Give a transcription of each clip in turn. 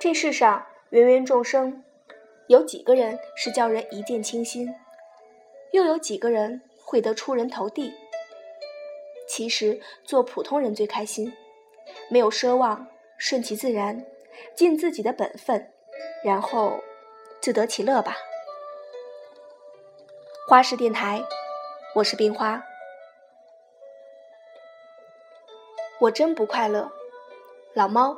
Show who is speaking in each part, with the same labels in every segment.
Speaker 1: 这世上芸芸众生，有几个人是叫人一见倾心，又有几个人会得出人头地？其实做普通人最开心，没有奢望，顺其自然，尽自己的本分，然后自得其乐吧。花式电台，我是冰花。我真不快乐，老猫。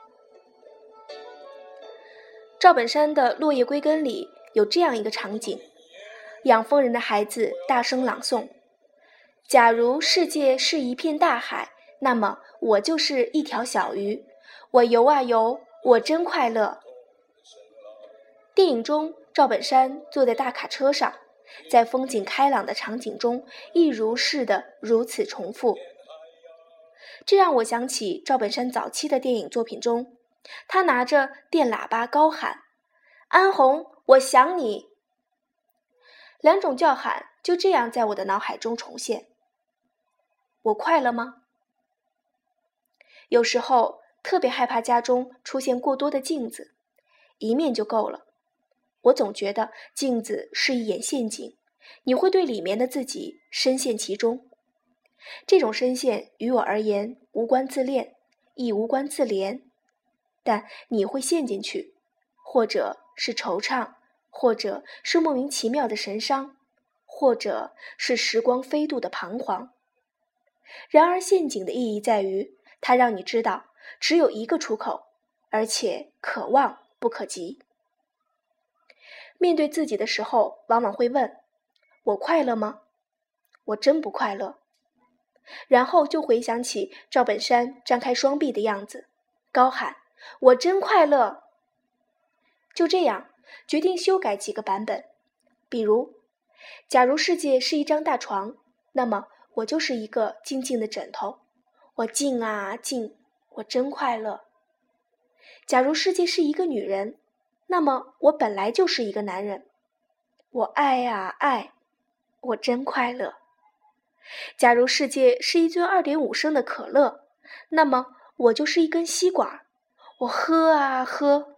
Speaker 1: 赵本山的《落叶归根》里有这样一个场景，养蜂人的孩子大声朗诵：假如世界是一片大海，那么我就是一条小鱼，我游啊游，我真快乐。电影中，赵本山坐在大卡车上，在风景开朗的场景中一如是的如此重复。这让我想起赵本山早期的电影作品中，他拿着电喇叭高喊：安红，我想你。两种叫喊就这样在我的脑海中重现。我快乐吗？有时候特别害怕家中出现过多的镜子，一面就够了。我总觉得镜子是一眼陷阱，你会对里面的自己深陷其中。这种深陷于我而言无关自恋，亦无关自怜，但你会陷进去，或者是惆怅，或者是莫名其妙的神伤，或者是时光飞渡的彷徨。然而陷阱的意义在于，它让你知道只有一个出口，而且可望不可及。面对自己的时候，往往会问：我快乐吗？我真不快乐。然后就回想起赵本山张开双臂的样子，高喊：我真快乐。就这样决定修改几个版本，比如，假如世界是一张大床，那么我就是一个静静的枕头，我静啊静，我真快乐。假如世界是一个女人，那么我本来就是一个男人，我爱啊爱，我真快乐。假如世界是一樽2.5升的可乐，那么我就是一根吸管，我喝啊喝，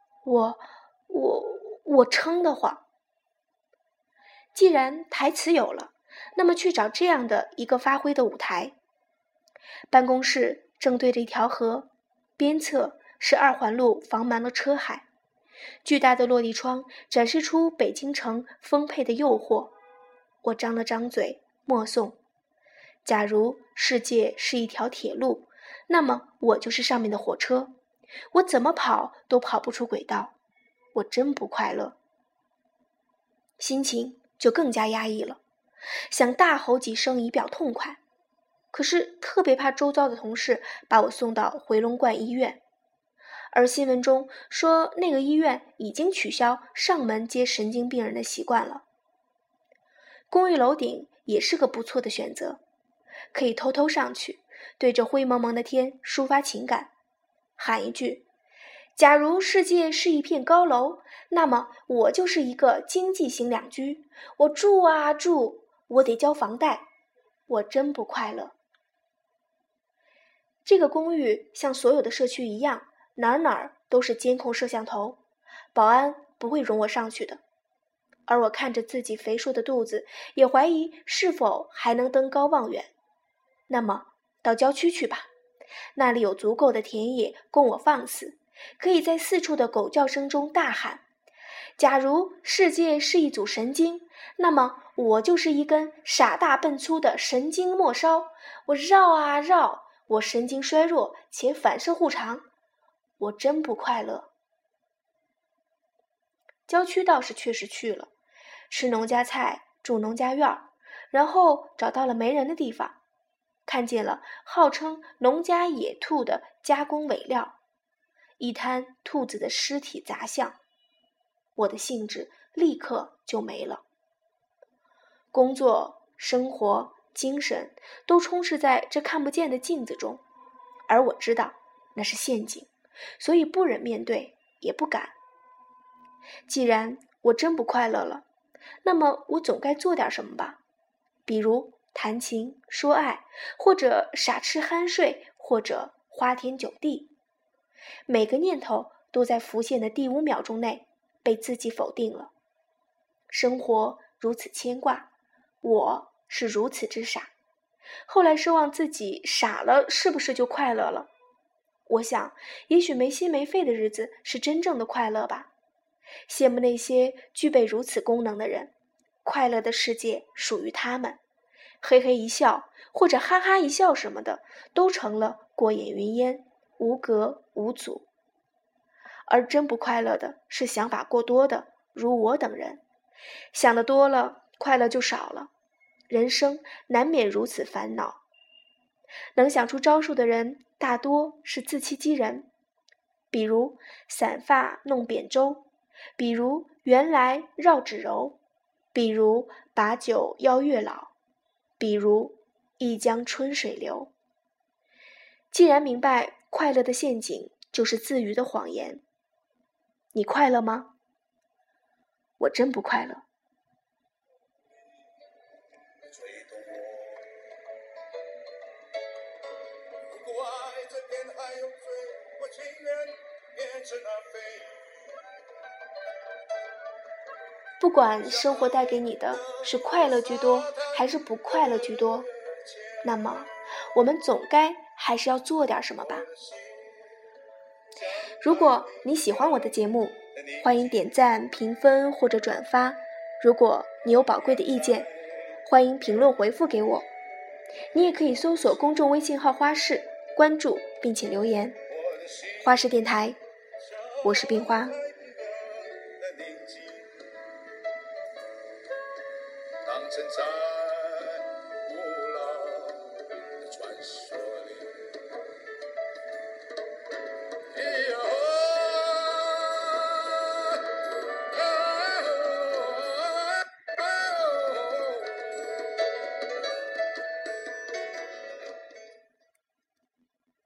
Speaker 1: 我撑得慌。既然台词有了，那么去找这样的一个发挥的舞台。办公室正对着一条河，边侧是2环路防满了车海，巨大的落地窗展示出北京城丰沛的诱惑。我张了张嘴，默诵：假如世界是一条铁路，那么我就是上面的火车，我怎么跑都跑不出轨道，我真不快乐。心情就更加压抑了，想大吼几声以表痛快，可是特别怕周遭的同事把我送到回龙观医院，而新闻中说那个医院已经取消上门接神经病人的习惯了。公寓楼顶也是个不错的选择，可以偷偷上去，对着灰蒙蒙的天抒发情感，喊一句：假如世界是一片高楼，那么我就是一个经济型两居，我住啊住，我得交房贷，我真不快乐。这个公寓像所有的社区一样，哪儿都是监控摄像头，保安不会容我上去的。而我看着自己肥硕的肚子，也怀疑是否还能登高望远。那么到郊区去吧，那里有足够的田野供我放肆，可以在四处的狗叫声中大喊：假如世界是一组神经，那么我就是一根傻大笨粗的神经末梢，我绕啊绕，我神经衰弱且反射弧长，我真不快乐。郊区倒是确实去了，吃农家菜，住农家院，然后找到了没人的地方，看见了号称农家野兔的加工尾料，一滩兔子的尸体杂相，我的兴致立刻就没了。工作、生活、精神都充斥在这看不见的镜子中，而我知道那是陷阱，所以不忍面对，也不敢。既然我真不快乐了，那么我总该做点什么吧，比如谈情说爱，或者傻吃酣睡，或者花天酒地。每个念头都在浮现的第5秒钟内被自己否定了。生活如此牵挂，我是如此之傻。后来奢望自己傻了是不是就快乐了？我想，也许没心没肺的日子是真正的快乐吧。羡慕那些具备如此功能的人，快乐的世界属于他们，嘿嘿一笑或者哈哈一笑什么的，都成了过眼云烟，无隔无阻。而真不快乐的是想法过多的，如我等人，想得多了，快乐就少了。人生难免如此烦恼。能想出招数的人，大多是自欺欺人。比如散发弄扁舟，比如原来绕指柔，比如把酒邀月老，比如一江春水流。既然明白快乐的陷阱就是自娱的谎言，你快乐吗？我真不快乐。如果爱这片海有罪，我情愿变成那飞。不管生活带给你的是快乐居多还是不快乐居多，那么我们总该还是要做点什么吧。如果你喜欢我的节目，欢迎点赞、评分或者转发。如果你有宝贵的意见，欢迎评论回复给我。你也可以搜索公众微信号花市，关注并且留言。花市电台，我是冰花。当成长